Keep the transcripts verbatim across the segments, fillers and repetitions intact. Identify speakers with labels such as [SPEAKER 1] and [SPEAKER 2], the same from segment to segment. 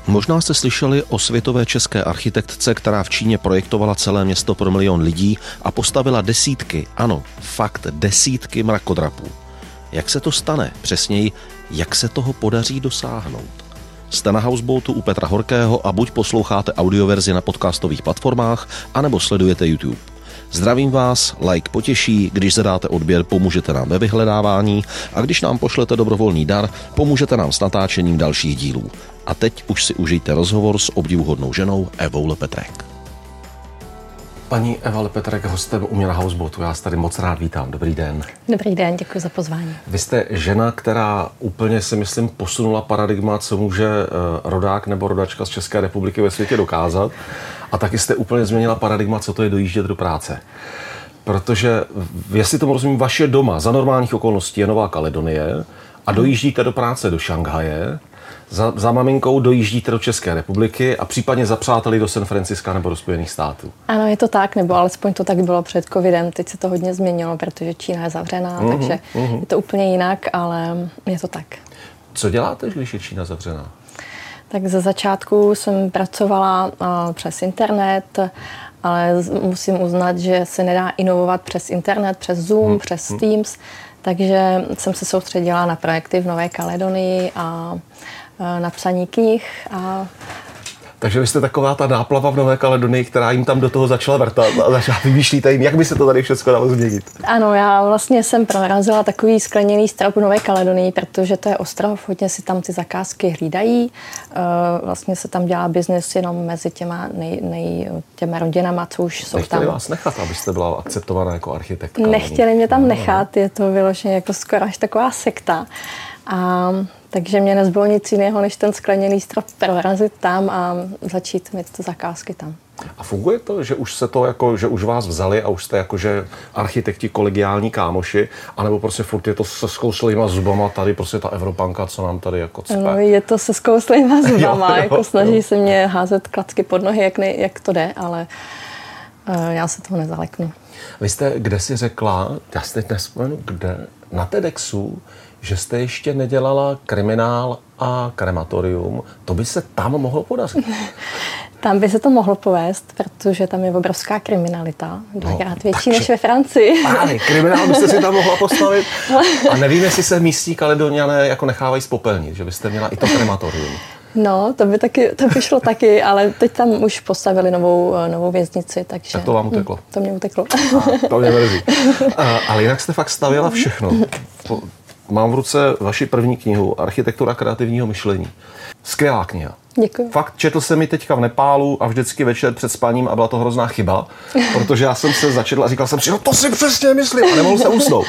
[SPEAKER 1] Možná jste slyšeli o světové české architektce, která v Číně projektovala celé město pro milion lidí a postavila desítky, ano, fakt desítky mrakodrapů. Jak se to stane? Přesněji, jak se toho podaří dosáhnout? Jste na Houseboatu u Petra Horkého a buď posloucháte audioverzi na podcastových platformách, anebo sledujete YouTube. Zdravím vás, like potěší, když zadáte odběr, pomůžete nám ve vyhledávání a když nám pošlete dobrovolný dar, pomůžete nám s natáčením dalších dílů. A teď už si užijte rozhovor s obdivuhodnou ženou Evou Lepetrek. Paní Eva Lepetrek, hostem u mě na Houseboatu. Já vás tady moc rád vítám. Dobrý den.
[SPEAKER 2] Dobrý den, děkuji za pozvání.
[SPEAKER 1] Vy jste žena, která úplně si myslím posunula paradigma, co může rodák nebo rodačka z České republiky ve světě dokázat. A taky jste úplně změnila paradigma, co to je dojíždět do práce. Protože, jestli tomu rozumím, vaše doma za normálních okolností je Nová Kaledonie a dojíždíte do práce do Šanghaje, za, za maminkou dojíždíte do České republiky a případně za přáteli do San Franciska nebo do Spojených států.
[SPEAKER 2] Ano, je to tak, nebo alespoň to tak bylo před covidem. Teď se to hodně změnilo, protože Čína je zavřená, mm-hmm, takže mm-hmm. je to úplně jinak, ale je to tak.
[SPEAKER 1] Co děláte, když je Čína zavřená?
[SPEAKER 2] Tak ze začátku jsem pracovala uh, přes internet, ale musím uznat, že se nedá inovovat přes internet, přes Zoom, hmm. přes Teams, takže jsem se soustředila na projekty v Nové Kaledonii a uh, na psaní knih. A
[SPEAKER 1] Takže vy jste taková ta náplava v Nové Kaledonii, která jim tam do toho začala vrtat a začala vymýšlíte jim, jak by se to tady všechno dalo změnit.
[SPEAKER 2] Ano, já vlastně jsem prorazila takový skleněný strop v Nové Kaledonii, protože to je ostrov, hodně si tam ty zakázky hlídají. Vlastně se tam dělá biznes jenom mezi těma, nej, nej, těma rodinama, co už jsou
[SPEAKER 1] Nechtěli
[SPEAKER 2] tam.
[SPEAKER 1] vás nechat, abyste byla akceptovaná jako architektka?
[SPEAKER 2] Nechtěli mě tam nechat, je to vyloženě jako skoro až taková sekta. A takže mě nezbylo nic jiného, než ten skleněný strop prorazit tam a začít mít zakázky tam.
[SPEAKER 1] A funguje to, že už se to jako, že už vás vzali a už jste jakože architekti kolegiální kámoši, anebo prostě furt je to se skouslýma zubama tady prostě ta Evropanka, co nám tady jako cpe?
[SPEAKER 2] No, je to se skouslýma zubama,
[SPEAKER 1] jo, jo,
[SPEAKER 2] jako snaží
[SPEAKER 1] jo.
[SPEAKER 2] se mě házet klacky pod nohy, jak, ne, jak to jde, ale uh, já se toho nezaleknu.
[SPEAKER 1] Vy jste kde si řekla, já si teď nespomenu kde, na TEDxu, že jste ještě nedělala kriminál a krematorium, to by se tam mohlo podařit.
[SPEAKER 2] Tam by se to mohlo povést, protože tam je obrovská kriminalita, dvakrát větší
[SPEAKER 1] takže,
[SPEAKER 2] než ve Francii.
[SPEAKER 1] Pány, kriminál byste si tam mohla postavit. A nevím, jestli se místní Kaledoniané jako nechávají spopelnit, že byste měla i to krematorium.
[SPEAKER 2] No, to by, taky, to by šlo taky, ale teď tam už postavili novou, novou věznici, takže...
[SPEAKER 1] Tak to vám uteklo.
[SPEAKER 2] Hm, to mě uteklo.
[SPEAKER 1] A, to mě mrzí. A, ale jinak jste fakt stavěla všechno. Mám v ruce vaši první knihu Architektura kreativního myšlení. Skvělá kniha.
[SPEAKER 2] Děkuji.
[SPEAKER 1] Fakt četl jsem ji teďka v Nepálu a vždycky večer před spáním a byla to hrozná chyba, protože já jsem se začetl a říkal jsem si, no to si přesně myslím a nemohl jsem usnout.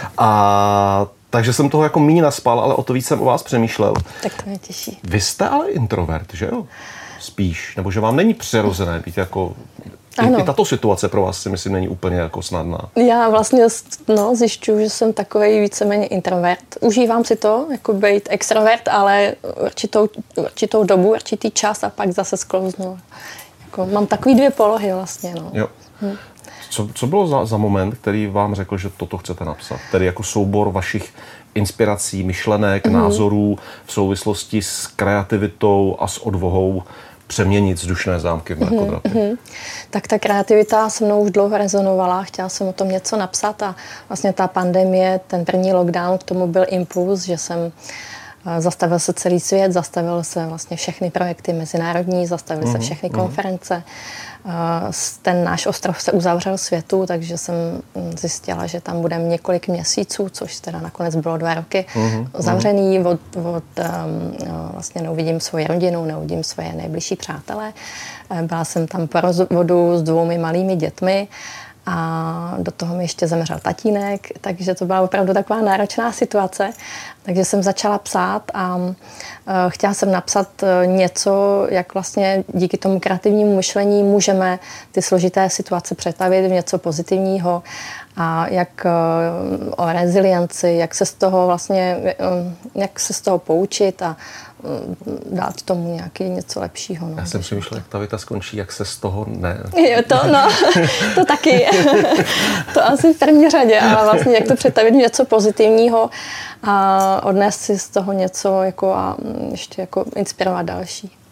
[SPEAKER 1] A takže jsem toho jako míň naspal, ale o to víc jsem o vás přemýšlel.
[SPEAKER 2] Tak to mě těší.
[SPEAKER 1] Vy jste ale introvert, že jo? Spíš. Nebo že vám není přirozené být jako... I, I tato situace pro vás si myslím není úplně jako snadná.
[SPEAKER 2] Já vlastně no, zjišťuju, že jsem takovej víceméně introvert. Užívám si to, jako být extrovert, ale určitou, určitou dobu, určitý čas a pak zase sklouznu. Jako, mám takový dvě polohy vlastně. No.
[SPEAKER 1] Jo. Hm. Co, co bylo za, za moment, který vám řekl, že toto chcete napsat? Tedy jako soubor vašich inspirací, myšlenek, mm. názorů v souvislosti s kreativitou a s odvahou přeměnit vzdušné zámky v mrakodrapy. Mm-hmm.
[SPEAKER 2] Tak ta kreativita se mnou už dlouho rezonovala, chtěla jsem o tom něco napsat a vlastně ta pandemie, ten první lockdown, k tomu byl impuls, že jsem zastavil se celý svět, zastavil se vlastně všechny projekty mezinárodní, zastavily mm-hmm. se všechny konference. Ten náš ostrov se uzavřel světu, takže jsem zjistila, že tam budeme několik měsíců, což teda nakonec bylo dva roky mm-hmm. zavřený. Od, od, vlastně neuvidím svoji rodinu, neuvidím svoje nejbližší přátelé. Byla jsem tam po rozvodu s dvoumi malými dětmi a do toho mi ještě zemřel tatínek, takže to byla opravdu taková náročná situace. Takže jsem začala psát a uh, chtěla jsem napsat uh, něco, jak vlastně díky tomu kreativnímu myšlení můžeme ty složité situace přetavit v něco pozitivního a jak uh, o rezilienci, jak se z toho vlastně, um, jak se z toho poučit a dát tomu nějaký něco lepšího. No.
[SPEAKER 1] Já jsem přemýšlel, jak ta věta skončí, jak se z toho ne...
[SPEAKER 2] Jo, to, no, to taky. To asi v první řadě, ale vlastně jak to přetavit něco pozitivního a odnést si z toho něco jako a ještě jako inspirovat další.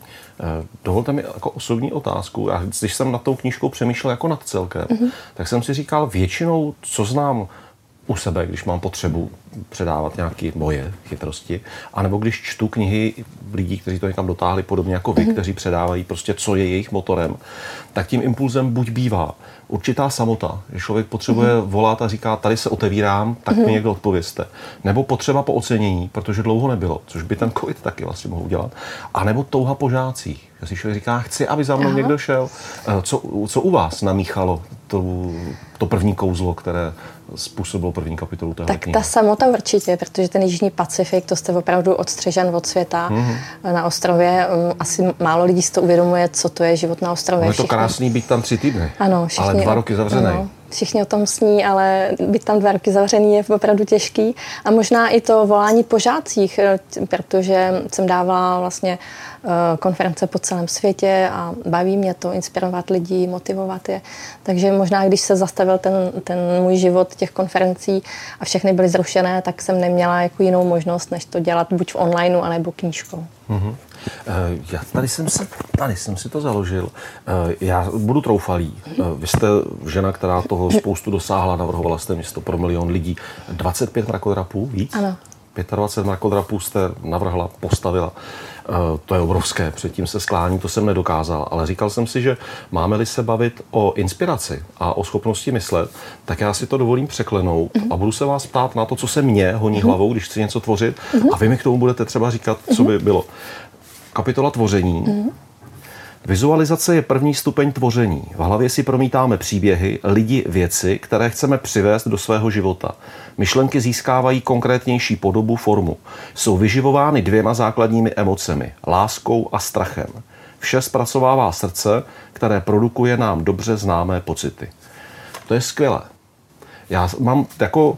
[SPEAKER 1] Dovolte mi jako osobní otázku. Já, když jsem nad tou knížkou přemýšlel jako nad celkem, mm-hmm. tak jsem si říkal, většinou, co znám u sebe, když mám potřebu předávat nějaké moje chytrosti, anebo když čtu knihy lidí, kteří to někam dotáhli, podobně jako vy, mm-hmm. kteří předávají prostě, co je jejich motorem, tak tím impulzem buď bývá určitá samota, že člověk potřebuje mm-hmm. volat a říká, tady se otevírám, tak mm-hmm. mi někdo odpovězte. Nebo potřeba po ocenění, protože dlouho nebylo, což by ten covid taky vlastně mohl udělat. A nebo touha po žácích. Že si člověk říká, chci, aby za mnou Aha. někdo šel. Co, co u vás namíchalo to, to první kouzlo, které způsobilo první kapitolu téhle
[SPEAKER 2] tak
[SPEAKER 1] knihy?
[SPEAKER 2] Ta samota určitě, protože ten Jižní Pacifik, to jste opravdu odstřežen od světa mm-hmm. na ostrově. Asi málo lidí si to uvědomuje, co to je život na ostrově.
[SPEAKER 1] No je to krásný být tam tři týdny,
[SPEAKER 2] ano, všichni,
[SPEAKER 1] ale dva roky zavřený.
[SPEAKER 2] Ano, všichni o tom sní, ale být tam dva roky zavřený je opravdu těžký. A možná i to volání po žácích, protože jsem dávala vlastně konference po celém světě a baví mě to inspirovat lidi, motivovat je. Takže možná, když se zastavil ten, ten můj život těch konferencí a všechny byly zrušené, tak jsem neměla jako jinou možnost, než to dělat buď v onlineu, anebo knížkou.
[SPEAKER 1] Mm-hmm. Já tady jsem, si, tady jsem si to založil. Já budu troufalý. Vy jste žena, která toho spoustu dosáhla, navrhovala jste Město pro milion lidí. dvacet pět mrakodrapů, víc?
[SPEAKER 2] Ano.
[SPEAKER 1] dvacet pět mrakodrapů jste navrhla, postavila. To je obrovské, předtím se sklání, to jsem nedokázal. Ale říkal jsem si, že máme-li se bavit o inspiraci a o schopnosti myslet, tak já si to dovolím překlenout mm-hmm. a budu se vás ptát na to, co se mě honí mm-hmm. hlavou, když chci něco tvořit mm-hmm. a vy mi k tomu budete třeba říkat, co by bylo. Kapitola tvoření. Mm-hmm. Vizualizace je první stupeň tvoření. V hlavě si promítáme příběhy, lidi, věci, které chceme přivést do svého života. Myšlenky získávají konkrétnější podobu, formu. Jsou vyživovány dvěma základními emocemi, láskou a strachem. Vše zpracovává srdce, které produkuje nám dobře známé pocity. To je skvělé. Já mám jako...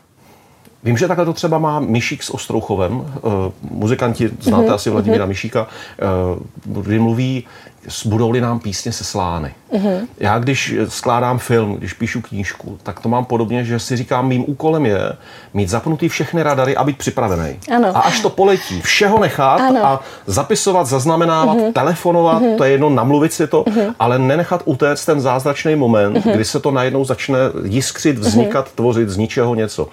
[SPEAKER 1] Vím, že takhle to třeba má Mišík s Ostrouchovem. Uh, muzikanti, znáte mm-hmm. asi Vladimíra Mišíka, uh, kdy mluví, budou-li nám písně se slány. Mm-hmm. Já když skládám film, když píšu knížku, tak to mám podobně, že si říkám, mým úkolem je mít zapnutý všechny radary a být připravený.
[SPEAKER 2] Ano.
[SPEAKER 1] A až to poletí, všeho nechat ano. a zapisovat, zaznamenávat, mm-hmm. telefonovat, mm-hmm. to je jedno, namluvit si to, mm-hmm. ale nenechat utéct ten zázračný moment, mm-hmm. kdy se to najednou začne jiskřit, vznikat, mm-hmm. tvořit z ničeho něco.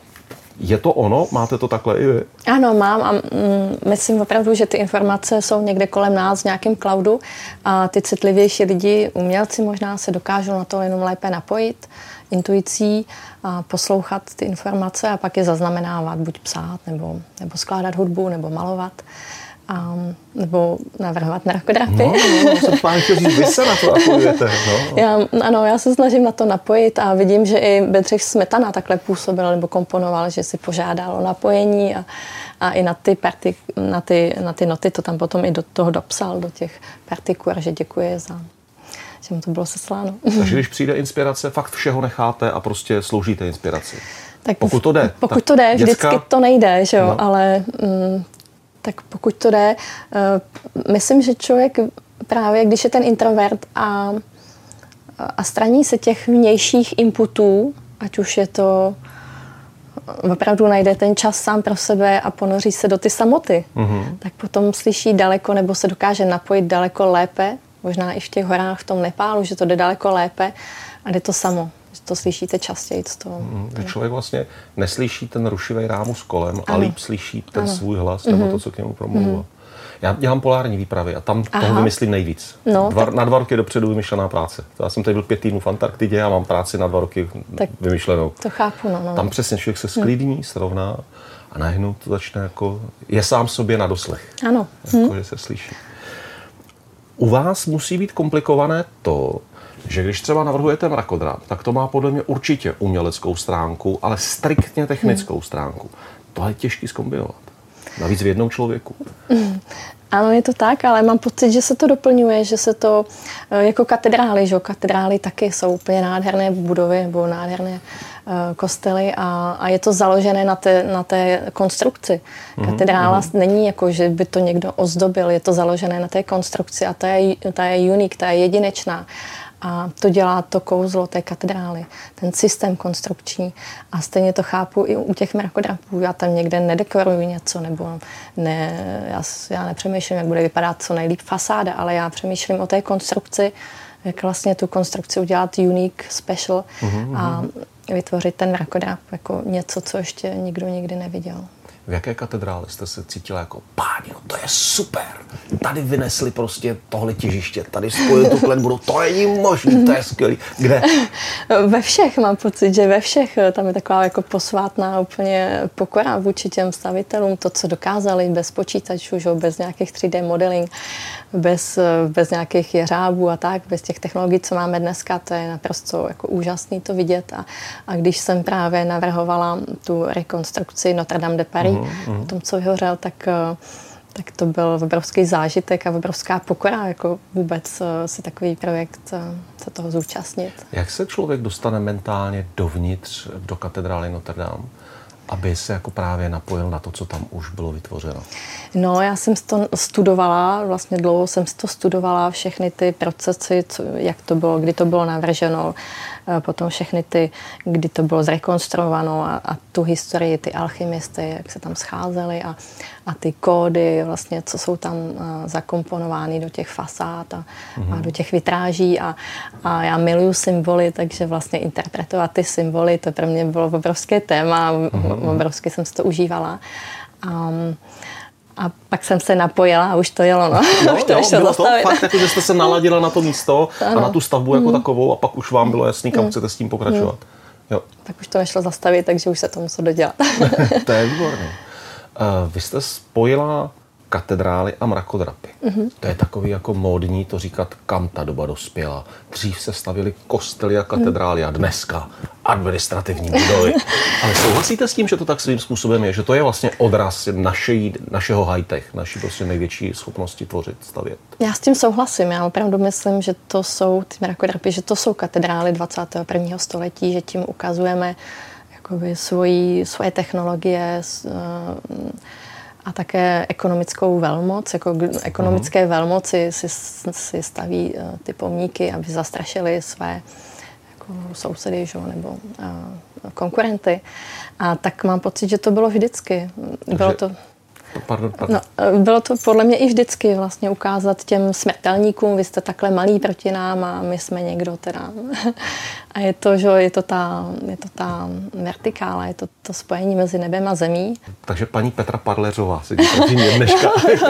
[SPEAKER 1] Je to ono? Máte to takhle i vy?
[SPEAKER 2] Ano, mám a mm, myslím opravdu, že ty informace jsou někde kolem nás v nějakém cloudu a ty citlivější lidi, umělci možná se dokážou na to jenom lépe napojit intuicí a poslouchat ty informace a pak je zaznamenávat, buď psát, nebo, nebo skládat hudbu, nebo malovat. A, nebo navrhovat mrakodrapy.
[SPEAKER 1] No, no, jsem pán chtěl říct, vy se na to napojujete. No.
[SPEAKER 2] Já, ano, já se snažím na to napojit a vidím, že i Bedřich Smetana takhle působil nebo komponoval, že si požádal o napojení a, a i na ty, partik, na, ty, na ty noty to tam potom i do toho dopsal, do těch partikur, že děkuje za, že mu to bylo sesláno.
[SPEAKER 1] Takže když přijde inspirace, fakt všeho necháte a prostě sloužíte inspiraci.
[SPEAKER 2] Tak
[SPEAKER 1] pokud to jde.
[SPEAKER 2] Pokud to jde,
[SPEAKER 1] děcka,
[SPEAKER 2] vždycky to nejde, že jo,
[SPEAKER 1] no.
[SPEAKER 2] ale... Mm, tak pokud to jde, uh, myslím, že člověk právě, když je ten introvert a, a straní se těch vnějších inputů, ať už je to opravdu najde ten čas sám pro sebe a ponoří se do ty samoty, mm-hmm. tak potom slyší daleko nebo se dokáže napojit daleko lépe, možná i v těch horách v tom Nepálu, že to jde daleko lépe a jde to samo. To slyšíte častěji. To,
[SPEAKER 1] mm, že člověk vlastně neslyší ten rušivý rámus kolem ano. a líp slyší ten ano. svůj hlas nebo mm-hmm. to, co k němu promlouvá. Mm-hmm. Já dělám polární výpravy a tam Aha. toho vymyslím nejvíc.
[SPEAKER 2] No,
[SPEAKER 1] dva,
[SPEAKER 2] tak...
[SPEAKER 1] Na dva roky dopředu vymyšlená práce. Já jsem tady byl pět týdnů v Antarktidě a mám práci na dva roky tak vymyšlenou.
[SPEAKER 2] To chápu, no, no.
[SPEAKER 1] Tam přesně člověk se sklidní, srovná a najednou to začne jako, je sám sobě na doslech.
[SPEAKER 2] Ano.
[SPEAKER 1] Jako,
[SPEAKER 2] hm.
[SPEAKER 1] že se slyší. U vás musí být komplikované to, že když třeba navrhujete mrakodrap, tak to má podle mě určitě uměleckou stránku, ale striktně technickou hmm. stránku. To je těžký zkombinovat. Navíc v jednom člověku.
[SPEAKER 2] Hmm. Ano, je to tak, ale mám pocit, že se to doplňuje, že se to jako katedrály, že katedrály taky jsou úplně nádherné budovy nebo nádherné uh, kostely a, a je to založené na té, na té konstrukci. Mm-hmm. Katedrála mm-hmm. není jako, že by to někdo ozdobil, je to založené na té konstrukci a ta je, ta je unik, ta je jedinečná. A to dělá to kouzlo té katedrály, ten systém konstrukční. A stejně to chápu i u těch mrakodrapů. Já tam někde nedekoruji něco, nebo ne, já, já nepřemýšlím, jak bude vypadat co nejlíp fasáda, ale já přemýšlím o té konstrukci, jak vlastně tu konstrukci udělat unique, special mm-hmm. a vytvořit ten mrakodrap jako něco, co ještě nikdo nikdy neviděl.
[SPEAKER 1] V jaké katedrále jste se cítila jako páni, no to je super, tady vynesli prostě tohle těžiště, tady spojili tu klenbu, to není možné, to je skvělý. Kde?
[SPEAKER 2] Ve všech mám pocit, že ve všech, tam je taková jako posvátná úplně pokora vůči těm stavitelům, to, co dokázali bez počítačů, že, bez nějakých tři dé modeling, bez, bez nějakých jeřábů a tak, bez těch technologií, co máme dneska, to je naprosto jako úžasný to vidět. A, a když jsem právě navrhovala tu rekonstrukci Notre Dame de Paris, mm-hmm. o tom, co vyhořel, tak, tak to byl obrovský zážitek a obrovská pokora, jako vůbec si takový projekt se toho zúčastnit.
[SPEAKER 1] Jak se člověk dostane mentálně dovnitř do katedrály Notre Dame, aby se jako právě napojil na to, co tam už bylo vytvořeno?
[SPEAKER 2] No, já jsem to studovala, vlastně dlouho jsem to studovala, všechny ty procesy, co, jak to bylo, kdy to bylo navrženo, potom všechny ty, kdy to bylo zrekonstruováno a, a tu historii, ty alchymisty, jak se tam scházeli a, a ty kódy, vlastně, co jsou tam zakomponovány do těch fasád a, mm-hmm. a do těch vitráží a, a já miluju symboly, takže vlastně interpretovat ty symboly, to pro mě bylo obrovské téma, mm-hmm. obrovsky jsem si to užívala. Um, A pak jsem se napojila a už to jelo, no.
[SPEAKER 1] no
[SPEAKER 2] už to
[SPEAKER 1] jo,
[SPEAKER 2] ještě
[SPEAKER 1] bylo
[SPEAKER 2] zastavit.
[SPEAKER 1] to fakt, jako, že jste se naladila na to místo ano. a na tu stavbu jako mm. takovou a pak už vám bylo jasný, kam mm. chcete s tím pokračovat. Mm. Jo.
[SPEAKER 2] Tak už to nešlo zastavit, takže už se to muselo dodělat.
[SPEAKER 1] To je výborné. Uh, vy jste spojila katedrály a mrakodrapy. Mm-hmm. To je takový jako módní to říkat, kam ta doba dospěla. Dřív se stavily kostely a katedrály mm. a dneska administrativní budovy. Ale souhlasíte s tím, že to tak svým způsobem je? Že to je vlastně odraz našej, našeho high-tech, naší prostě největší schopnosti tvořit, stavět?
[SPEAKER 2] Já s tím souhlasím. Já opravdu myslím, že to jsou ty mrakodrapy, že to jsou katedrály dvacátého prvního století, že tím ukazujeme jakoby svoji, svoje technologie, a také ekonomickou velmoc. Jako ekonomické velmoci si, si staví ty pomníky, aby zastrašili své jako sousedy, že, nebo uh, konkurenty. A tak mám pocit, že to bylo vždycky. Bylo to,
[SPEAKER 1] pardon, pardon.
[SPEAKER 2] No, bylo to podle mě i vždycky vlastně ukázat těm smrtelníkům, vy jste takhle malí proti nám a my jsme někdo teda. A je to, že je to ta, je to ta vertikála, je to to spojení mezi nebem a zemí.
[SPEAKER 1] Takže paní Petra Parleřová sedí proti mě dneška.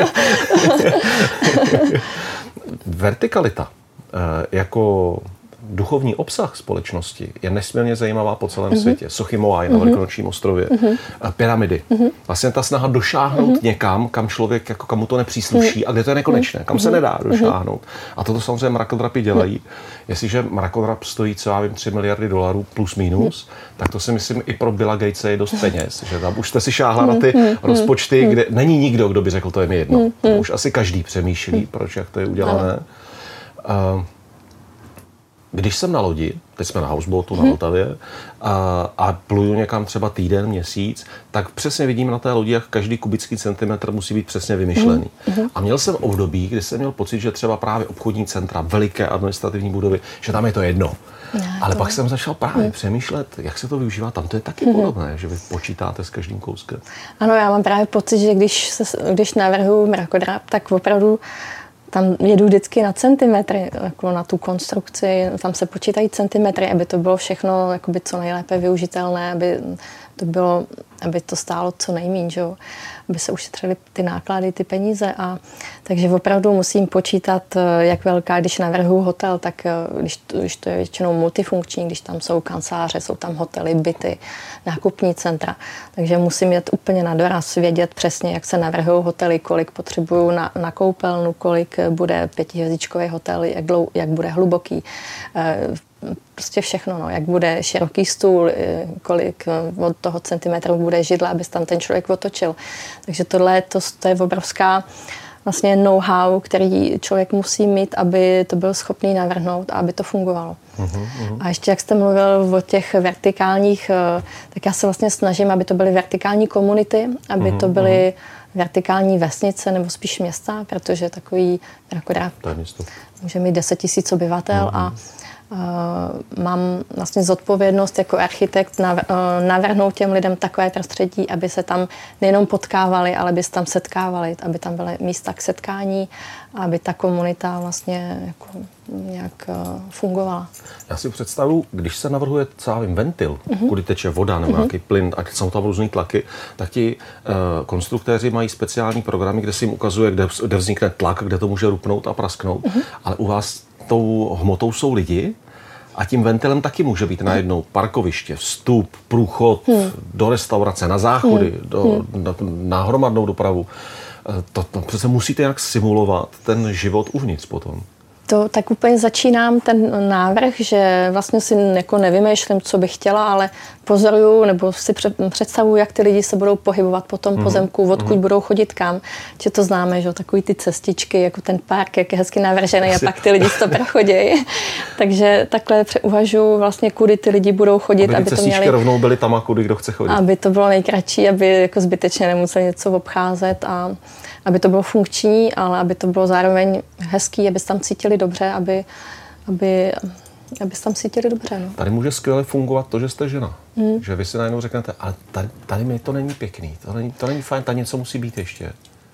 [SPEAKER 1] Vertikalita jako duchovní obsah společnosti je nesmírně zajímavá po celém mm-hmm. světě. Sochy Moai na Velikonočním ostrově, mm-hmm. pyramidy. Mm-hmm. Vlastně ta snaha došáhnout mm-hmm. někam, kam člověk, jako kam mu to nepřísluší mm-hmm. a kde to je nekonečné, kam mm-hmm. se nedá došáhnout. A toto samozřejmě mrakodrapy dělají. Jestliže mrakodrap stojí, co já vím, tři miliardy dolarů plus minus, mm-hmm. tak to si myslím i pro Billa Gatese je dost peněz. Že tam už jste si šáhla na ty mm-hmm. rozpočty, kde není nikdo, kdo by řekl, to je mi jedno. Mm-hmm. Už asi každý přemýšlí, mm-hmm. proč, jak to je udělané. Uh, Když jsem na lodi, teď jsme na houseboatu na Vltavě a, a pluju někam třeba týden, měsíc, tak přesně vidím na té lodi, jak každý kubický centimetr musí být přesně vymyšlený. Mm. A měl jsem období, kdy jsem měl pocit, že třeba právě obchodní centra, veliké administrativní budovy, že tam je to jedno. Ne, Ale to pak ne. jsem začal právě mm. přemýšlet, jak se to využívá. Tam to je taky mm. podobné, že vy počítáte s každým kouskem.
[SPEAKER 2] Ano, já mám právě pocit, že když, se, když navrhuji mrakodrap, tak opravdu tam jedu vždycky na centimetry, jako na tu konstrukci, tam se počítají centimetry, aby to bylo všechno jakoby co nejlépe využitelné, aby to bylo, aby to stálo co nejméně, že jo? Aby se ušetřily ty náklady, ty peníze. A takže opravdu musím počítat, jak velká, když navrhuji hotel, tak když to, když to je většinou multifunkční, když tam jsou kanceláře, jsou tam hotely, byty, nákupní centra. Takže musím jet úplně na doraz, vědět přesně, jak se navrhují hotely, kolik potřebuju na, na koupelnu, kolik bude pětihvězdičkový hotel, jak, dlou, jak bude hluboký. Prostě všechno, no. Jak bude široký stůl, kolik od toho centimetru bude židla, aby tam ten člověk otočil. Takže tohle to, to je obrovská vlastně know-how, který člověk musí mít, aby to byl schopný navrhnout a aby to fungovalo. Uhum, uhum. A ještě jak jste mluvil o těch vertikálních, tak já se vlastně snažím, aby to byly vertikální komunity, aby uhum, to byly vertikální vesnice nebo spíš města, protože takový Mrakodrap může mít deset tisíc obyvatel mm-hmm. a Uh, mám vlastně zodpovědnost jako architekt nav, uh, navrhnout těm lidem takové prostředí, aby se tam nejenom potkávali, ale aby se tam setkávali, aby tam byly místa k setkání, aby ta komunita vlastně jako nějak uh, fungovala.
[SPEAKER 1] Já si představu, když se navrhuje celý ventil, uh-huh. kudy teče voda nebo uh-huh. nějaký plyn, a jsou tam různý tlaky, tak ti uh, konstruktéři mají speciální programy, kde si jim ukazuje, kde, kde vznikne tlak, kde to může rupnout a prasknout, uh-huh. ale u vás tou hmotou jsou lidi a tím ventilem taky může být najednou parkoviště, vstup, průchod hmm. do restaurace, na záchody, hmm. do, hmm. na, na hromadnou dopravu. To, to přece musíte nějak simulovat ten život uvnitř potom.
[SPEAKER 2] To tak úplně začínám ten návrh, že vlastně si jako nevymýšlím, co bych chtěla, ale pozoruju nebo si představuju, jak ty lidi se budou pohybovat po tom mm-hmm. pozemku, odkud mm-hmm. budou chodit kam. Že to známe, že takový ty cestičky, jako ten park, jak je hezky navržený a pak ty lidi to prochodějí. Takže takhle uvažuji vlastně, kudy ty lidi budou chodit, aby,
[SPEAKER 1] aby to měli rovnou byly tam a kudy kdo chce chodit.
[SPEAKER 2] Aby to bylo nejkratší, aby jako zbytečně nemuseli něco obcházet a aby to bylo funkční, ale aby to bylo zároveň hezký, aby se tam cítili dobře, aby, aby, aby se tam cítili dobře. No.
[SPEAKER 1] Tady může skvěle fungovat to, že jste žena. Hmm. Že vy si najednou řeknete, ale tady, tady mi to není pěkný, to není, to není fajn, tady něco musí být ještě.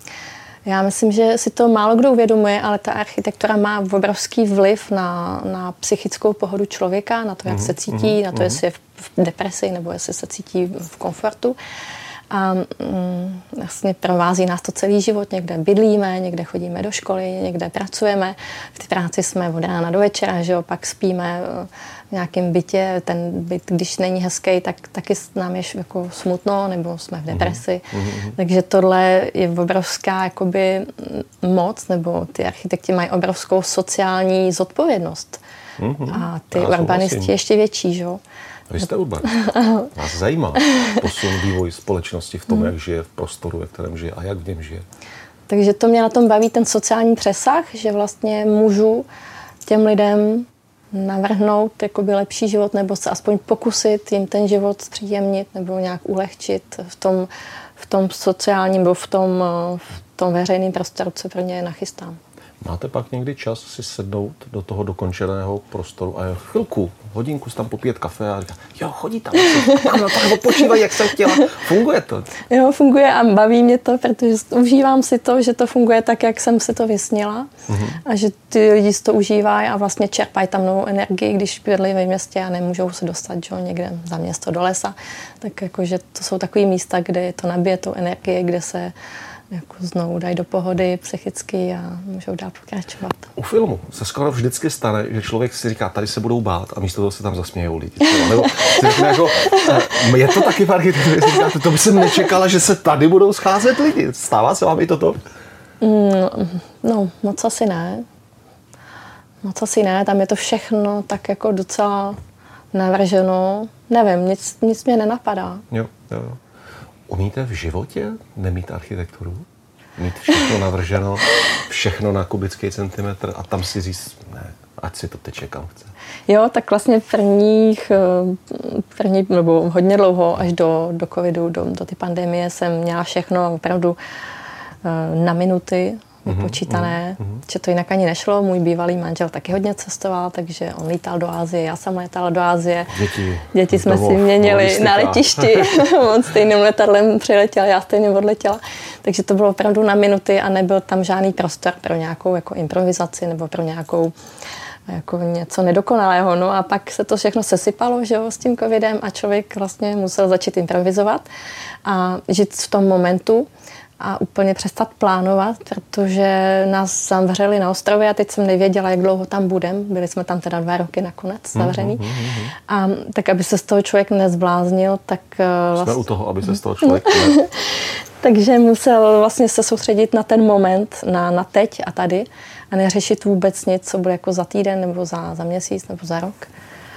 [SPEAKER 2] Já myslím, že si to málo kdo uvědomuje, ale ta architektura má obrovský vliv na, na psychickou pohodu člověka, na to, jak mm, se cítí, mm, na to, mm. jestli je v, v depresi nebo jestli se cítí v komfortu. A mm, vlastně provází nás to celý život. Někde bydlíme, někde chodíme do školy, někde pracujeme. V té práci jsme od rána do večera, že jo, pak spíme v nějakém bytě. Ten byt, když není hezký, tak taky nám je jako smutno, nebo jsme v depresi. Mm-hmm. Takže tohle je obrovská jakoby moc, nebo ty architekti mají obrovskou sociální zodpovědnost. Mm-hmm. A ty urbanisti ještě větší, že jo.
[SPEAKER 1] Vy jste urbanista. Vás zajímá posun, vývoj společnosti v tom, hmm. jak žije v prostoru, ve kterém žije a jak v něm žije.
[SPEAKER 2] Takže to mě na tom baví ten sociální přesah, že vlastně můžu těm lidem navrhnout jakoby lepší život nebo se aspoň pokusit jim ten život zpříjemnit nebo nějak ulehčit v tom, v tom sociálním nebo v tom, v tom veřejném prostoru, co pro ně nachystám.
[SPEAKER 1] Máte pak někdy čas si sednout do toho dokončeného prostoru a chvilku, hodinku si tam popít kafe a říkat, jo, chodí tam, tam, tam odpočívají, jak jsem chtěla. Funguje to?
[SPEAKER 2] Jo, funguje a baví mě to, protože užívám si to, že to funguje tak, jak jsem si to vysnila mm-hmm. a že ty lidi si to užívají a vlastně čerpají tam novou energii, když bydlí ve městě a nemůžou se dostat, že, někde za město do lesa. Tak jakože to jsou takové místa, kde je to nabije tou energie, kde se jako znovu dají do pohody psychicky a můžou dál pokračovat.
[SPEAKER 1] U filmu se skoro vždycky stane, že člověk si říká, tady se budou bát a místo toho se tam zasmějou lidi. Nebo si řekne jako, je to taky v architektuře, říkáte, to by jsem nečekala, že se tady budou scházet lidi. Stává se vám i toto?
[SPEAKER 2] Mm, no, moc asi ne. Moc asi ne, tam je to všechno tak jako docela navrženo. Nevím, nic, nic mě nenapadá.
[SPEAKER 1] Jo, jo, jo. Umíte v životě nemít architekturu? Mít všechno navrženo, všechno na kubický centimetr a tam si říct, ne, ať si to teče kam chce.
[SPEAKER 2] Jo, tak vlastně prvních, první, nebo hodně dlouho, až do, do covidu, do, do ty pandemie jsem měla všechno opravdu na minuty vypočítané, mm-hmm. že to jinak ani nešlo. Můj bývalý manžel taky hodně cestoval, takže on lítal do Asie, já jsem létala do Asie.
[SPEAKER 1] Děti,
[SPEAKER 2] Děti jsme domov, si měnili na letišti. On stejným letadlem přiletěl, já stejně odletěla. Takže to bylo opravdu na minuty a nebyl tam žádný prostor pro nějakou jako improvizaci nebo pro nějakou jako něco nedokonalého. No a pak se to všechno sesypalo, že jo, s tím covidem a člověk vlastně musel začít improvizovat a žít v tom momentu a úplně přestat plánovat, protože nás zavřeli na ostrově a teď jsem nevěděla, jak dlouho tam budem. Byli jsme tam teda dva roky nakonec zavřený. Mm-hmm. A tak, aby se z toho člověk nezbláznil, tak...
[SPEAKER 1] Jsme vlastně... u toho, aby se z toho člověk... ne...
[SPEAKER 2] Takže musel vlastně se soustředit na ten moment, na, na teď a tady a neřešit vůbec nic, co bude jako za týden nebo za, za měsíc nebo za rok.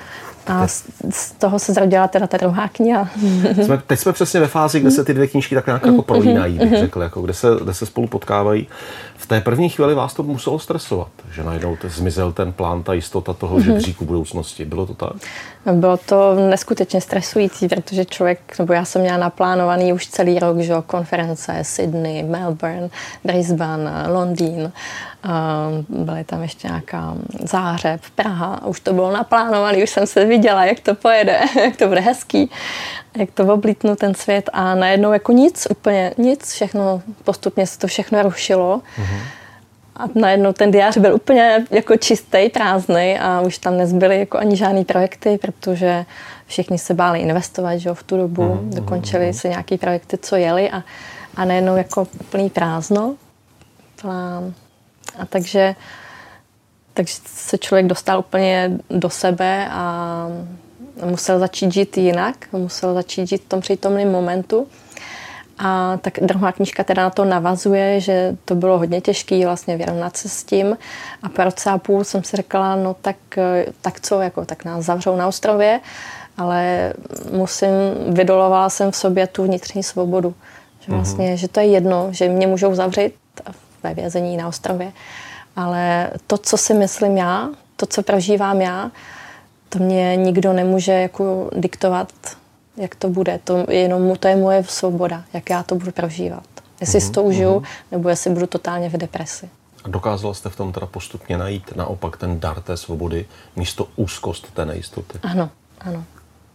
[SPEAKER 2] A z, z toho se zrodila teda ta druhá kniha.
[SPEAKER 1] Jsme, teď jsme přesně ve fázi, kde se ty dvě knížky tak nějak jako prolínají, bych řekl, jako kde, se, kde se spolu potkávají. V té první chvíli vás to muselo stresovat, že najednou zmizel ten plán, ta jistota toho žebříku budoucnosti. Bylo to tak?
[SPEAKER 2] Bylo to neskutečně stresující, protože člověk, nebo já jsem měla naplánovaný už celý rok, že konference Sydney, Melbourne, Brisbane, Londýn. Byly tam ještě nějaká Záhřeb, Praha. Už to bylo naplánované, už jsem se viděla, jak to pojede, jak to bude hezký, jak to oblítnu ten svět a najednou jako nic, úplně nic, všechno, postupně se to všechno rušilo. Mm-hmm. A najednou ten diář byl úplně jako čistý, prázdnej a už tam nezbyly jako ani žádný projekty, protože všichni se báli investovat, že jo, v tu dobu. Mm-hmm. Dokončili se nějaký projekty, co jeli a, a najednou jako plný prázdno. Plán. A takže, takže se člověk dostal úplně do sebe a musel začít žít jinak, musel začít žít v tom přítomném momentu. A tak druhá knížka teda na to navazuje, že to bylo hodně těžké vlastně vyrovnat se s tím. A po roce a půl jsem si řekla, no tak, tak co, jako, tak nás zavřou na ostrově, ale musím, vydolovala jsem v sobě tu vnitřní svobodu. Že vlastně, mm-hmm. že to je jedno, že mě můžou zavřít ve vězení na ostrově, ale to, co si myslím já, to, co prožívám já, to mě nikdo nemůže jako diktovat, jak to bude. To je jenom to je moje svoboda, jak já to budu prožívat. Jestli mm-hmm. si to užiju, mm-hmm. nebo jestli budu totálně v depresi.
[SPEAKER 1] A dokázala jste v tom teda postupně najít naopak ten dar té svobody místo úzkost té nejistoty?
[SPEAKER 2] Ano, ano.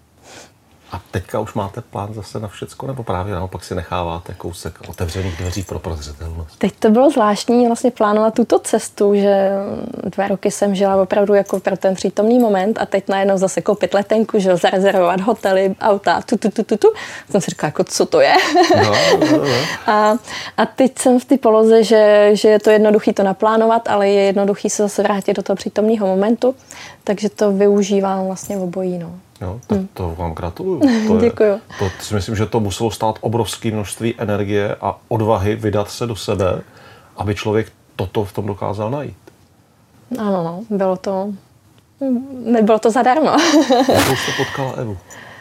[SPEAKER 1] A teďka už máte plán zase na všecko, nebo právě naopak si necháváte kousek otevřených dveří pro prozřetelnost?
[SPEAKER 2] Teď to bylo zvláštní vlastně plánovat tuto cestu, že dva roky jsem žila opravdu jako pro ten přítomný moment a teď najednou zase koupit letenku, že zarezervovat hotely, auta, tu, tu, tu, tu, tu. Jsem si říkala, jako co to je? No, no, no. a, a teď jsem v té poloze, že, že je to jednoduchý to naplánovat, ale je jednoduchý se zase vrátit do toho přítomného momentu, takže to využívám vlastně obojí, no.
[SPEAKER 1] Jo, tak to vám gratuluju. To
[SPEAKER 2] Děkuju.
[SPEAKER 1] Je, to si myslím, že to muselo stát obrovské množství energie a odvahy vydat se do sebe, aby člověk toto v tom dokázal najít.
[SPEAKER 2] Ano, no, bylo to, nebylo to zadarmo.
[SPEAKER 1] Jak jste potkala Evu?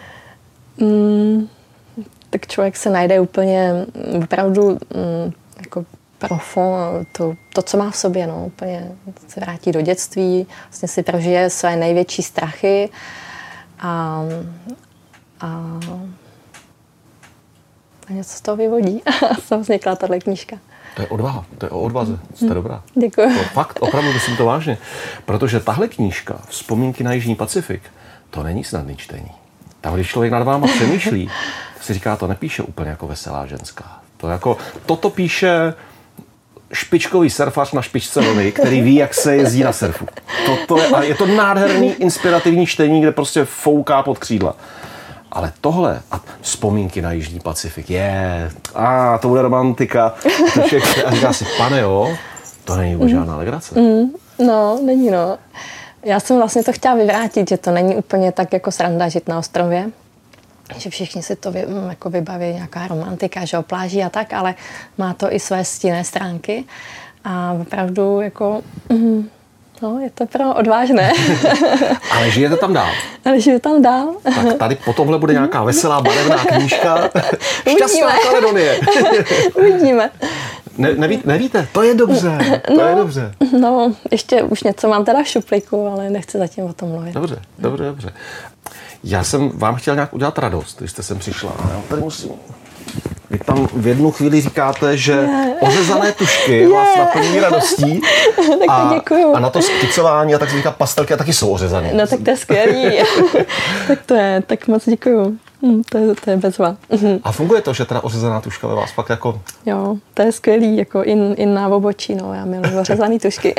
[SPEAKER 2] Mm, tak člověk se najde úplně opravdu mm, jako profond, to, to, co má v sobě, no, úplně se vrátí do dětství, vlastně si prožije své největší strachy, A, a, a něco z toho vyvodí. A vznikla tato knížka.
[SPEAKER 1] To je odvaha, to je o odvaze. Jste dobrá.
[SPEAKER 2] Děkuji.
[SPEAKER 1] To fakt, opravdu myslím to vážně. Protože tahle knížka, Vzpomínky na Jižní Pacifik, to není snadný čtení. Tam, když člověk nad váma přemýšlí, to si říká, to nepíše úplně jako veselá ženská. To jako, toto píše špičkový surfař na špičce vlny, který ví, jak se jezdí na surfu. Toto je, a je to nádherný, inspirativní čtení, kde prostě fouká pod křídla. Ale tohle a Vzpomínky na Jižní Pacifik, je, yeah, a to bude romantika. A říká si, pane jo, to není vůbec žádná legrace.
[SPEAKER 2] Mm, no, není no. Já jsem vlastně to chtěla vyvrátit, že to není úplně tak jako sranda žít na ostrově. Že všichni si to vy, jako vybaví nějaká romantika, že o pláži a tak, ale má to i své stinné stránky a opravdu jako, mm, no, je to pro odvážné.
[SPEAKER 1] Ale žijete tam dál.
[SPEAKER 2] Ale žiju tam dál.
[SPEAKER 1] Tak tady po tomhle bude nějaká veselá barevná knížka. Šťastná Kaledonie.
[SPEAKER 2] Uvidíme.
[SPEAKER 1] Ne, neví, nevíte? To je dobře. To
[SPEAKER 2] no,
[SPEAKER 1] je dobře.
[SPEAKER 2] No, ještě už něco mám teda v šuplíku, ale nechci zatím o tom mluvit.
[SPEAKER 1] Dobře, dobře, dobře. Já jsem vám chtěl nějak udělat radost, když jste sem přišla. Já tady musím... Vy tam v jednu chvíli říkáte, že yeah. ořezané tušky yeah. vás naplní radostí.
[SPEAKER 2] Tak
[SPEAKER 1] a,
[SPEAKER 2] děkuju.
[SPEAKER 1] A na to skicování a tak se říká pastelky a taky jsou ořezané.
[SPEAKER 2] No tak to je skvělý. Tak to je, tak moc děkuju. Hm, to, je, to je bezva.
[SPEAKER 1] A funguje to, že teda ořezaná tuška ve vás fakt jako...
[SPEAKER 2] Jo, to je skvělý, jako in, in na obočí, no, já miluji ořezaný tušky.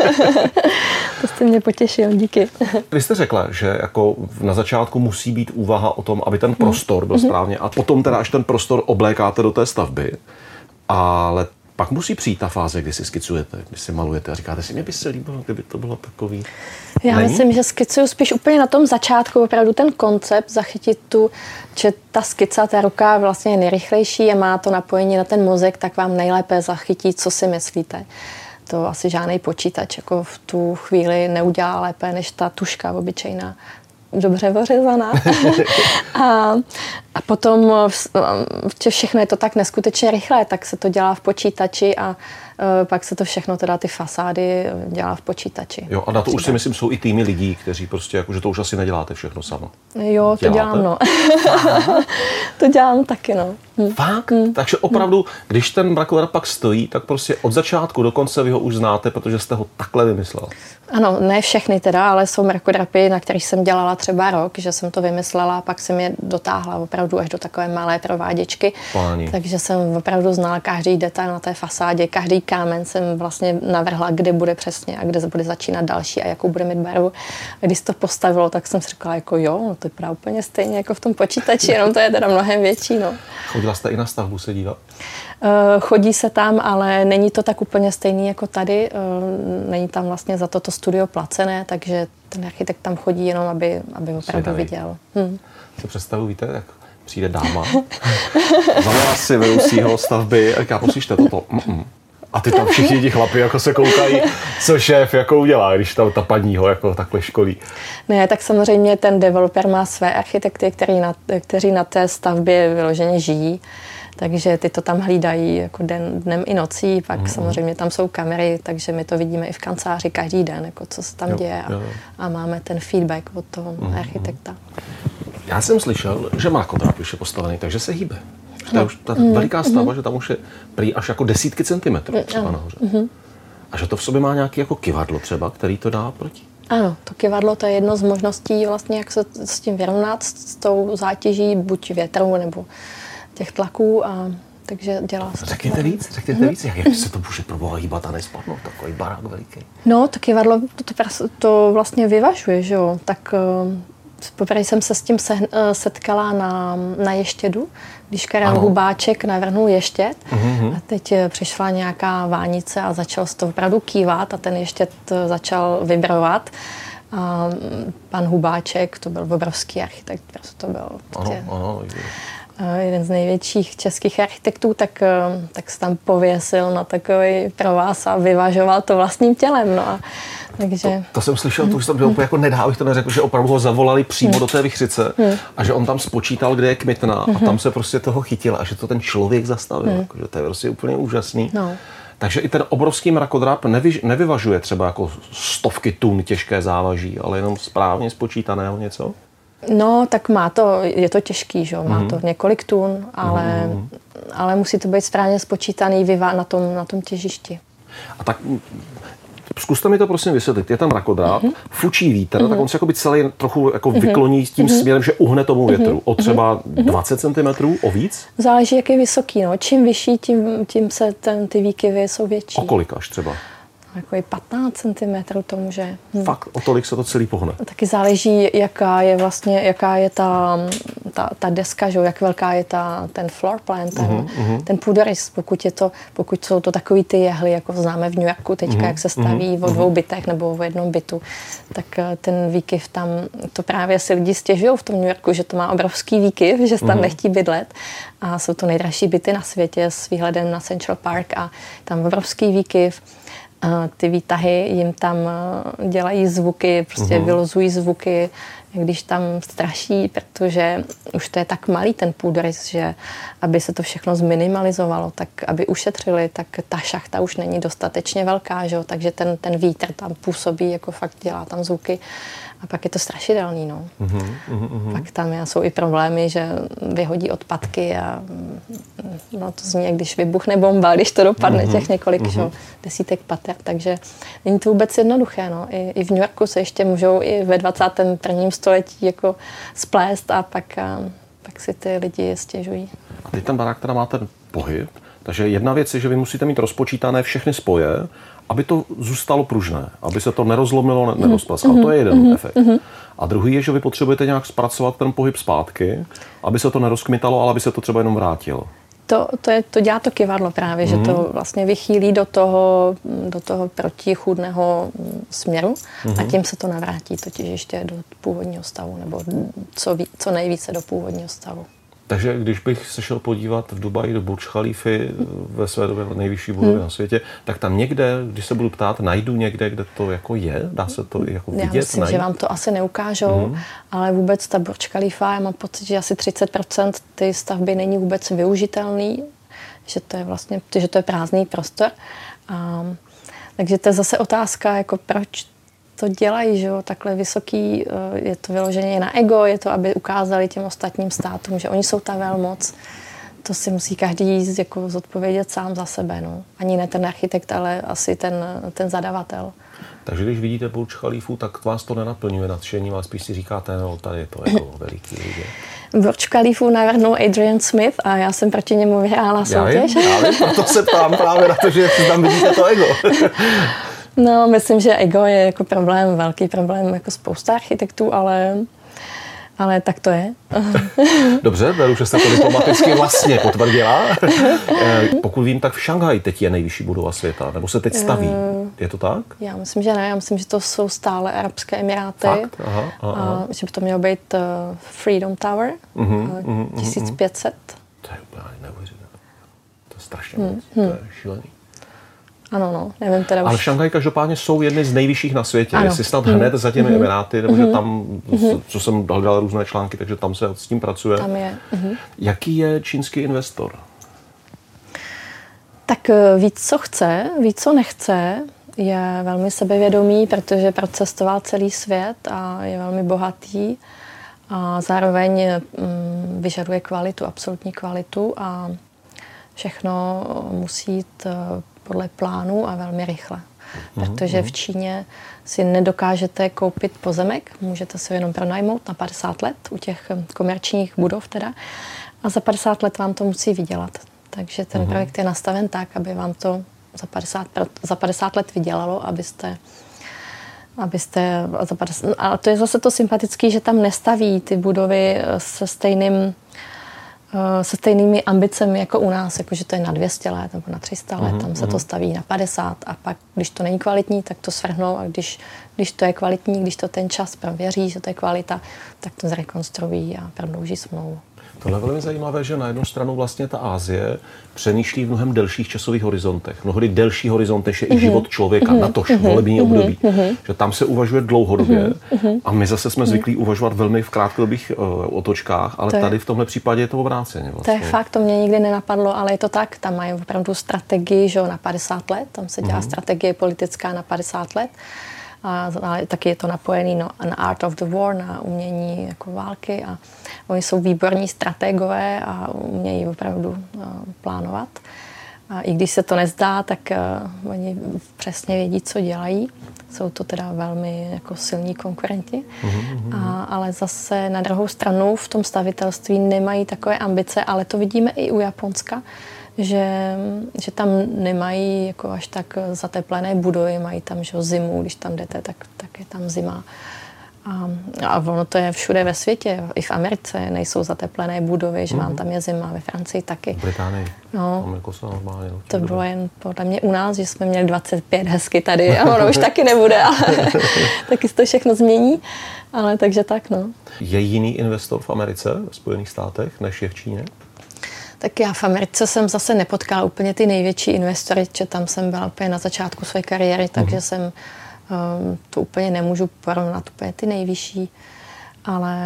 [SPEAKER 2] To jste mě potěšil, díky.
[SPEAKER 1] Vy jste řekla, že jako na začátku musí být úvaha o tom, aby ten prostor byl správně a potom teda až ten prostor oblékáte do té stavby, ale pak musí přijít ta fáze, kdy si skicujete, kdy si malujete a říkáte si, mě by se líbilo, kdyby to bylo takový.
[SPEAKER 2] Já
[SPEAKER 1] Není?
[SPEAKER 2] myslím, že skicuju spíš úplně na tom začátku, opravdu ten koncept, zachytit tu, že ta skica, ta ruka vlastně je nejrychlejší a má to napojení na ten mozek, tak vám nejlépe zachytí, co si myslíte. To asi žádný počítač jako v tu chvíli neudělá lépe, než ta tuška obyčejná. dobře ořezaná. a, a potom všechno je to tak neskutečně rychlé, tak se to dělá v počítači a uh, pak se to všechno, teda ty fasády, dělá v počítači.
[SPEAKER 1] Jo, a na to už si myslím, jsou i týmy lidí, kteří prostě, jakože to už asi neděláte všechno sama.
[SPEAKER 2] Jo, to děláte? Dělám, no. To dělám taky, no. Hm.
[SPEAKER 1] Fakt? Hm. Takže opravdu, hm. když ten mrakodrap pak stojí, tak prostě od začátku do konce vy ho už znáte, protože jste ho takhle vymyslel.
[SPEAKER 2] Ano, ne všechny teda, ale jsou mrakodrapy, na kterých jsem dělala třeba rok, že jsem to vymyslela, pak jsem je dotáhla opravdu až do takové malé prováděčky.
[SPEAKER 1] Páni.
[SPEAKER 2] Takže jsem opravdu znala každý detail na té fasádě, každý kámen jsem vlastně navrhla, kde bude přesně a kde bude začínat další a jakou bude mít barvu. A když to postavilo, tak jsem si říkala, jako jo, no to vypadá úplně stejně jako v tom počítači, jenom to je teda mnohem větší. No.
[SPEAKER 1] Chodila jste i na stavbu se dívat?
[SPEAKER 2] Chodí se tam, ale není to tak úplně stejný jako tady. Není tam vlastně za toto studio placené, takže ten architekt tam chodí jenom, aby, aby opravdu viděl. Hm.
[SPEAKER 1] Se představu, víte, jak přijde dáma, zavolá si vedoucího stavby a říká, poslyšte toto. Mm-mm. A ty tam všichni ti chlapi jako se koukají, co šéf jako udělá, když tam ta paní ho jako takhle školí.
[SPEAKER 2] Ne, tak samozřejmě ten developer má své architekty, který na, kteří na té stavbě vyloženě žijí. Takže ty to tam hlídají jako den, dnem i nocí, pak mm. samozřejmě tam jsou kamery, takže my to vidíme i v kanceláři každý den, jako co se tam jo, děje a, jo. a máme ten feedback od toho mm. architekta.
[SPEAKER 1] Já jsem slyšel, že mrakodrap už je postavený, takže se hýbe. To je už ta mm. veliká stavba, mm. že tam už je prý až jako desítky centimetrů třeba nahoře. Mm. A že to v sobě má nějaký jako kyvadlo třeba, který to dá proti.
[SPEAKER 2] Ano, to kyvadlo to je jedno z možností vlastně, jak se s tím vyrovnat, s tou zátěží buď větru nebo těch tlaků a takže dělá se.
[SPEAKER 1] Řekněte víc, řekněte víc, jak, jak se to může proboha hýbat a nespadnout, takový barák veliký.
[SPEAKER 2] No, to kyvadlo to, to, to vlastně vyvažuje, že jo, tak poprvé jsem se s tím se, setkala na, na Ještědu, když Karel Hubáček navrhnul ještět uh-huh. a teď přišla nějaká vánice a začal se to opravdu kývat a ten ještět začal vibrovat. A pan Hubáček, to byl obrovský architekt, to byl
[SPEAKER 1] ano, ano,
[SPEAKER 2] jeden z největších českých architektů, tak, tak se tam pověsil na takový provaz a vyvažoval to vlastním tělem. No a, takže...
[SPEAKER 1] to, to jsem slyšel, to už jsem byl úplně jako nedá, abych to neřekl, že opravdu ho zavolali přímo hmm. do té Vichřice hmm. a že on tam spočítal, kde je kmitna a tam se prostě toho chytil a že to ten člověk zastavil. Hmm. Jako, že to je prostě úplně úžasný. No. Takže i ten obrovský mrakodrap nevy, nevyvažuje třeba jako stovky tun těžké závaží, ale jenom správně spočítaného něco?
[SPEAKER 2] No, tak má to, je to těžký, že? Má mm. to několik tun, ale, mm. ale musí to být správně spočítaný na tom, na tom těžišti.
[SPEAKER 1] A tak zkuste mi to prosím vysvětlit. Je tam mrakodrap, mm-hmm. fučí vítr, mm-hmm. tak on se jako by celý trochu jako mm-hmm. vykloní tím mm-hmm. směrem, že uhne tomu větru. O třeba mm-hmm. dvacet centimetrů, o víc?
[SPEAKER 2] Záleží, jak je vysoký. No. Čím vyšší, tím, tím se ten, ty výkyvy jsou větší.
[SPEAKER 1] O kolik až třeba?
[SPEAKER 2] Jako i patnáct centimetrů to může.
[SPEAKER 1] Hm. Fakt, o tolik se to celý pohne.
[SPEAKER 2] Taky záleží, jaká je vlastně, jaká je ta, ta, ta deska, že? Jak velká je ta, ten floor plan, ten, uh-huh. ten půdorys. Pokud, je to, pokud jsou to takový ty jehly, jako známe v New Yorku teďka, uh-huh. jak se staví uh-huh. o dvou bytech nebo o jednom bytu, tak ten výkyv tam, to právě si lidi stěžují v tom New Yorku, že to má obrovský výkyv, že se tam uh-huh. nechtí bydlet. A jsou to nejdražší byty na světě s výhledem na Central Park a tam obrovský výkyv. Ty výtahy jim tam dělají zvuky, prostě uh-huh. vylozují zvuky, když tam straší, protože už to je tak malý ten půdorys, že aby se to všechno zminimalizovalo, tak aby ušetřili, tak ta šachta už není dostatečně velká, že? Takže ten, ten vítr tam působí, jako fakt dělá tam zvuky a pak je to strašidelný. No. Uh-huh, uh-huh. Pak tam jsou i problémy, že vyhodí odpadky a no, to zní, když vybuchne bomba, když to dopadne uh-huh. těch několik uh-huh. šo, desítek pater, takže není to vůbec jednoduché. No. I, I v New Yorku se ještě můžou i ve dvacátém prvním století jako splést a pak, a pak si ty lidi stěžují.
[SPEAKER 1] A teď ten barák teda má ten pohyb, takže jedna věc je, že vy musíte mít rozpočítané všechny spoje, aby to zůstalo pružné, aby se to nerozlomilo, ne- nerozplaskalo. Mm-hmm. To je jeden mm-hmm. efekt. Mm-hmm. A druhý je, že vy potřebujete nějak zpracovat ten pohyb zpátky, aby se to nerozkmitalo, ale aby se to třeba jenom vrátilo.
[SPEAKER 2] To, to, je, to dělá to kyvadlo právě, mm-hmm. že to vlastně vychýlí do toho, do toho protichůdného směru mm-hmm. a tím se to navrátí totiž ještě do původního stavu nebo co, ví, co nejvíce do původního stavu.
[SPEAKER 1] Takže když bych se šel podívat v Dubaji do Burj Khalify, ve své době nejvyšší budovy hmm. na světě, tak tam někde, když se budu ptát, najdu někde, kde to jako je? Dá se to jako vidět?
[SPEAKER 2] Já myslím,
[SPEAKER 1] najít?
[SPEAKER 2] že vám to asi neukážou, hmm. ale vůbec ta Burj Khalifa, já mám pocit, že asi třicet procent té stavby není vůbec využitelný, že to je vlastně, že to je prázdný prostor. A, takže to je zase otázka, jako proč to dělají, že jo, takhle vysoký, je to vyloženě na ego, je to, aby ukázali těm ostatním státům, že oni jsou ta velmoc. To si musí každý jako zodpovědět sám za sebe, no. Ani ne ten architekt, ale asi ten, ten zadavatel.
[SPEAKER 1] Takže když vidíte Burj Khalifu, tak vás to nenaplňuje nadšením, ale spíš si říkáte, no tady je to jako veliký lidé.
[SPEAKER 2] Burj Khalifu navrhnul Adrian Smith a já jsem proti němu vyhrála soutěž.
[SPEAKER 1] Já vím, já vím, proto se ptám právě na to, že tam vidíte to ego.
[SPEAKER 2] No, myslím, že ego je jako problém, velký problém jako spousta architektů, ale, ale tak to je.
[SPEAKER 1] Dobře, beru, že jste to diplomaticky vlastně potvrdila. Pokud vím, tak v Šanghaji teď je nejvyšší budova světa, nebo se teď staví. Je to tak?
[SPEAKER 2] Já myslím, že ne. Já myslím, že to jsou stále Arabské Emiráty.
[SPEAKER 1] Fakt? Aha, aha.
[SPEAKER 2] A že by to mělo být uh, Freedom Tower, uh-huh, uh, tisíc pět set.
[SPEAKER 1] To je úplně neuvěřitelné. To je strašně moc. Hmm. To je šílený.
[SPEAKER 2] Ano, no, nevím teda.
[SPEAKER 1] Ale v Šanghaji každopádně jsou jedny z nejvyšších na světě.
[SPEAKER 2] Ano.
[SPEAKER 1] Jestli snad hned za těmi mm-hmm. Emiráty, nebo že tam, mm-hmm. co jsem hledal různé články, takže tam se s tím pracuje.
[SPEAKER 2] Tam je. Mm-hmm.
[SPEAKER 1] Jaký je čínský investor?
[SPEAKER 2] Tak víc, co chce, víc, co nechce, je velmi sebevědomý, protože procestoval celý svět a je velmi bohatý a zároveň mm, vyžaduje kvalitu, absolutní kvalitu a všechno musí jít podle plánu a velmi rychle. Protože v Číně si nedokážete koupit pozemek, můžete si jenom pronajmout na padesát let u těch komerčních budov teda a za padesát let vám to musí vydělat. Takže ten projekt je nastaven tak, aby vám to za padesát, za padesát let vydělalo, abyste abyste za padesát, ale to je zase to sympatické, že tam nestaví ty budovy se stejným se stejnými ambicemi jako u nás, jakože to je na dvě stě let nebo na tři sta let, tam se to staví na padesát a pak, když to není kvalitní, tak to svrhnou a když, když to je kvalitní, když to ten čas prověří, že to je kvalita, tak to zrekonstruují a prodlouží smlouvu.
[SPEAKER 1] Tohle je velmi zajímavé, že na jednu stranu vlastně ta Asie přemýšlí v mnohem delších časových horizontech. Mnohdy delší horizont, než je mm-hmm. i život člověka, mm-hmm. natož volební mm-hmm. období. Mm-hmm. Že tam se uvažuje dlouhodobě mm-hmm. a my zase jsme zvyklí uvažovat velmi v krátkodobých uh, otočkách, ale to tady v tomhle případě je to obráceně. Vlastně.
[SPEAKER 2] To je fakt, to mě nikdy nenapadlo, ale je to tak. Tam mají opravdu strategii, že na padesát let, tam se dělá mm-hmm. strategie politická na padesát let. A taky je to napojený no, na Art of the War, na umění jako války a oni jsou výborní strategové a umějí opravdu uh, plánovat. A i když se to nezdá, tak uh, oni přesně vědí, co dělají. Jsou to teda velmi jako silní konkurenti. Mm-hmm. A, ale zase na druhou stranu v tom stavitelství nemají takové ambice, ale to vidíme i u Japonska, Že, že tam nemají jako až tak zateplené budovy, mají tam že zimu, když tam jdete, tak, tak je tam zima. A, a ono to je všude ve světě, i v Americe nejsou zateplené budovy, že mm-hmm. vám tam je zima, ve Francii taky.
[SPEAKER 1] V Británii,
[SPEAKER 2] no,
[SPEAKER 1] tam jako se normálně.
[SPEAKER 2] To bylo jen podle mě u nás, že jsme měli dvacet pět hezky tady a ono už taky nebude, ale taky se to všechno změní, ale takže tak, no.
[SPEAKER 1] Je jiný investor v Americe, v Spojených státech, než je v Číně?
[SPEAKER 2] Tak já v Americe jsem zase nepotkala úplně ty největší investory, že tam jsem byla úplně na začátku své kariéry, takže jsem um, to úplně nemůžu porovnat úplně ty nejvyšší, ale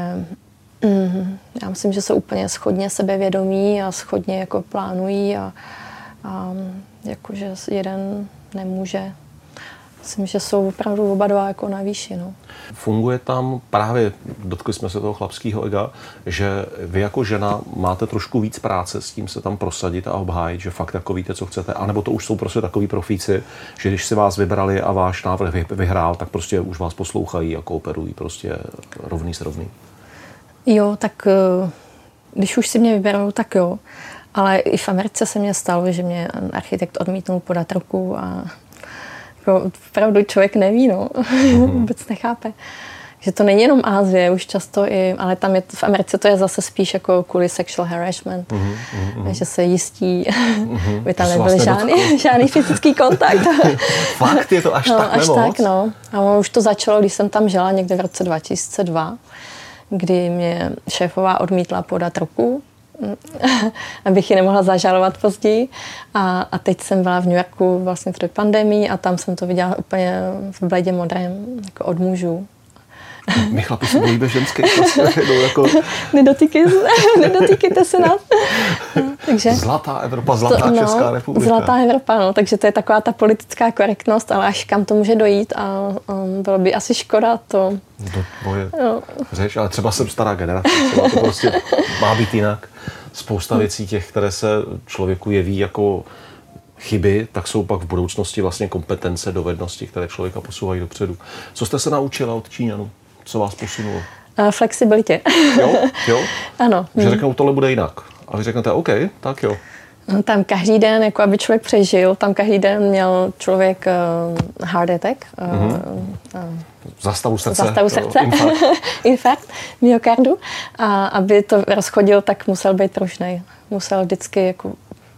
[SPEAKER 2] um, já myslím, že jsou úplně shodně sebevědomí a shodně jako plánují a, a jakože jeden nemůže. Myslím, že jsou opravdu oba dva jako na výši. No.
[SPEAKER 1] Funguje tam právě, dotkli jsme se toho chlapského ega, že vy jako žena máte trošku víc práce s tím se tam prosadit a obhájit, že fakt jako víte, co chcete, anebo to už jsou prostě takový profíci, že když si vás vybrali a váš návrh vyhrál, tak prostě už vás poslouchají a kooperují prostě rovný s rovný.
[SPEAKER 2] Jo, tak když už si mě vyberou, tak jo. Ale i v Americe se mně stalo, že mě architekt odmítnul podat ruku a opravdu člověk neví, no. Mm. Vůbec nechápe. Že to není jenom Asie, už často i, ale tam je, v Americe to je zase spíš jako kvůli sexual harassment, mm, mm, že se jistí, mm, by tam nebyl žádný, žádný fyzický kontakt.
[SPEAKER 1] Fakt je to až
[SPEAKER 2] no,
[SPEAKER 1] tak
[SPEAKER 2] až
[SPEAKER 1] nemoc?
[SPEAKER 2] tak, no. A už to začalo, když jsem tam žila někde v roce dva tisíce dva, kdy mě šéfová odmítla podat ruku abych ji nemohla zažalovat později. A, a teď jsem byla v New Yorku vlastně v té pandemii a tam jsem to viděla úplně v bledě modrém, jako od mužů.
[SPEAKER 1] My chlapi se bojíme ženské. No, jako...
[SPEAKER 2] Nedotýkejte, nedotýkejte se nás. No, takže,
[SPEAKER 1] zlatá Evropa, zlatá to, no, Česká republika.
[SPEAKER 2] Zlatá Evropa, no, takže to je taková ta politická korektnost, ale až kam to může dojít a um, bylo by asi škoda to...
[SPEAKER 1] Do boje no. řeč, ale třeba jsem stará generace, třeba to prostě má být jinak. Spousta věcí těch, které se člověku jeví jako chyby, tak jsou pak v budoucnosti vlastně kompetence, dovednosti, které člověka posouvají dopředu. Co jste se naučila od Číňanů? Co vás posunulo?
[SPEAKER 2] Uh, flexibilitě.
[SPEAKER 1] Jo? Jo?
[SPEAKER 2] Ano.
[SPEAKER 1] Že řeknou, tohle bude jinak. A vy řeknete, OK, tak jo.
[SPEAKER 2] Tam každý den, jako aby člověk přežil, tam každý den měl člověk uh, heart attack. Uh, mm-hmm. uh,
[SPEAKER 1] Zastavu srdce.
[SPEAKER 2] Zastavu srdce.
[SPEAKER 1] Infarkt.
[SPEAKER 2] Infarkt myokardu. A aby to rozchodil, tak musel být pružnej. Musel vždycky jako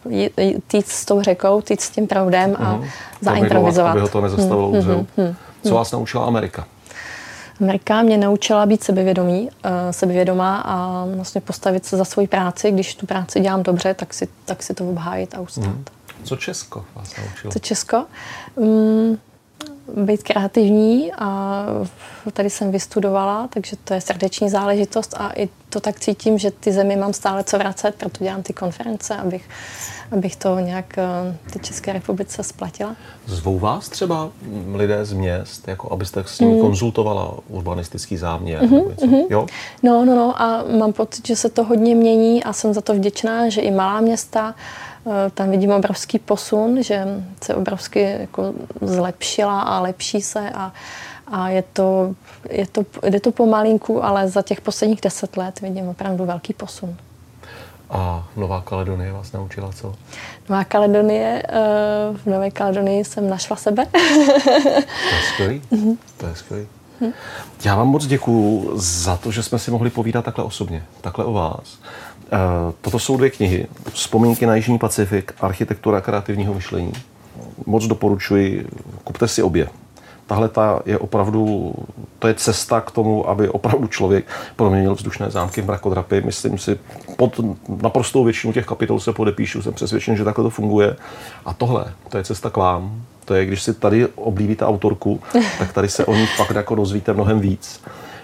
[SPEAKER 2] týct s tou řekou, týct s tím proudem a mm-hmm. zaimprovizovat.
[SPEAKER 1] Aby ho to nezastavilo
[SPEAKER 2] mm-hmm.
[SPEAKER 1] úzou. Mm-hmm. Co vás naučila Amerika?
[SPEAKER 2] Amerika mě naučila být sebevědomý, uh, sebevědomá a vlastně postavit se za svoji práci. Když tu práci dělám dobře, tak si, tak si to obhájit a ustát. Mm.
[SPEAKER 1] Co Česko vás naučilo?
[SPEAKER 2] Co Česko? Um, být kreativní a tady jsem vystudovala, takže to je srdeční záležitost a i to tak cítím, že ty zemi mám stále co vracet, proto dělám ty konference, abych, abych to nějak ty České republice splatila.
[SPEAKER 1] Zvou vás třeba lidé z měst, jako abyste s nimi mm. konzultovala urbanistický záměr?
[SPEAKER 2] Mm-hmm, mm-hmm.
[SPEAKER 1] Jo?
[SPEAKER 2] No, no, no a mám pocit, že se to hodně mění a jsem za to vděčná, že i malá města, tam vidím obrovský posun, že se obrovsky jako zlepšila a lepší se a, a je to, je to, jde to pomalinku, ale za těch posledních deset let vidím opravdu velký posun.
[SPEAKER 1] A Nová Kaledonie vás naučila co?
[SPEAKER 2] Nová Kaledonie, v Nové Kaledonii jsem našla sebe.
[SPEAKER 1] To je skvělý, to je skvělý. Já vám moc děkuju za to, že jsme si mohli povídat takhle osobně, takhle o vás. Toto jsou dvě knihy. Vzpomínky na Jižní Pacifik, architektura kreativního myšlení. Moc doporučuji, kupte si obě. Tahle ta je opravdu, to je cesta k tomu, aby opravdu člověk proměnil vzdušné zámky v mrakodrapy. Myslím si, pod naprostou většinu těch kapitol se podepíšu, jsem přesvědčen, že takhle to funguje. A tohle, to je cesta k vám. To je, když si tady oblíbíte autorku, tak tady se o ní fakt jako dozvíte mnohem víc.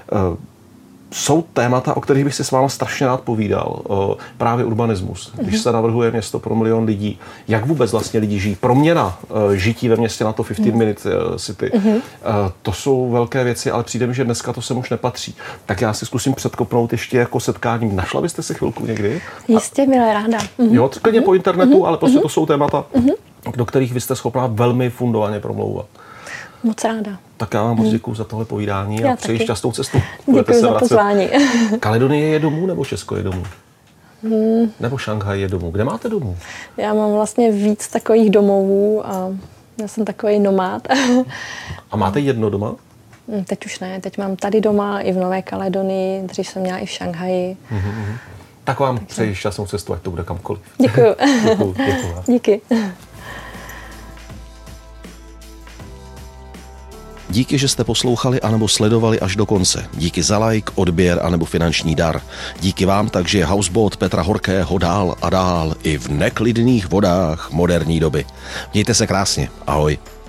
[SPEAKER 1] Jsou témata, o kterých bych si s váma strašně rád povídal. Právě urbanismus. Když se navrhuje město pro milion lidí, jak vůbec vlastně lidi žijí. Proměna žití ve městě na to patnáct minute city. To jsou velké věci, ale přijde mi, že dneska to sem už nepatří. Tak já si zkusím předkopnout ještě jako setkání. Našla byste si chvilku někdy?
[SPEAKER 2] Jistě, milá ráda.
[SPEAKER 1] Jo, klidně po internetu, ale prostě to jsou témata, do kterých vy jste schopná velmi fundovaně promlouvat.
[SPEAKER 2] Moc ráda.
[SPEAKER 1] Tak já vám moc děkuju za tohle povídání a přeji šťastnou cestu.
[SPEAKER 2] Děkuji za pozvání.
[SPEAKER 1] Kaledonie je domů nebo Česko je domů? Hmm. Nebo Šanghaj je domů? Kde máte domů?
[SPEAKER 2] Já mám vlastně víc takových domovů a já jsem takový nomád.
[SPEAKER 1] A máte jedno doma?
[SPEAKER 2] Teď už ne. Teď mám tady doma i v Nové Kaledonii, dřív jsem měla i v Šanghaji.
[SPEAKER 1] Mm-hmm. Tak vám Takže... přeji šťastnou cestu, ať to bude kamkoliv.
[SPEAKER 2] Děkuju.
[SPEAKER 1] děkuju, děkuju.
[SPEAKER 2] Díky.
[SPEAKER 1] Díky, že jste poslouchali anebo sledovali až do konce. Díky za like, odběr anebo finanční dar. Díky vám takže je Houseboat Petra Horkého dál a dál i v neklidných vodách moderní doby. Mějte se krásně. Ahoj.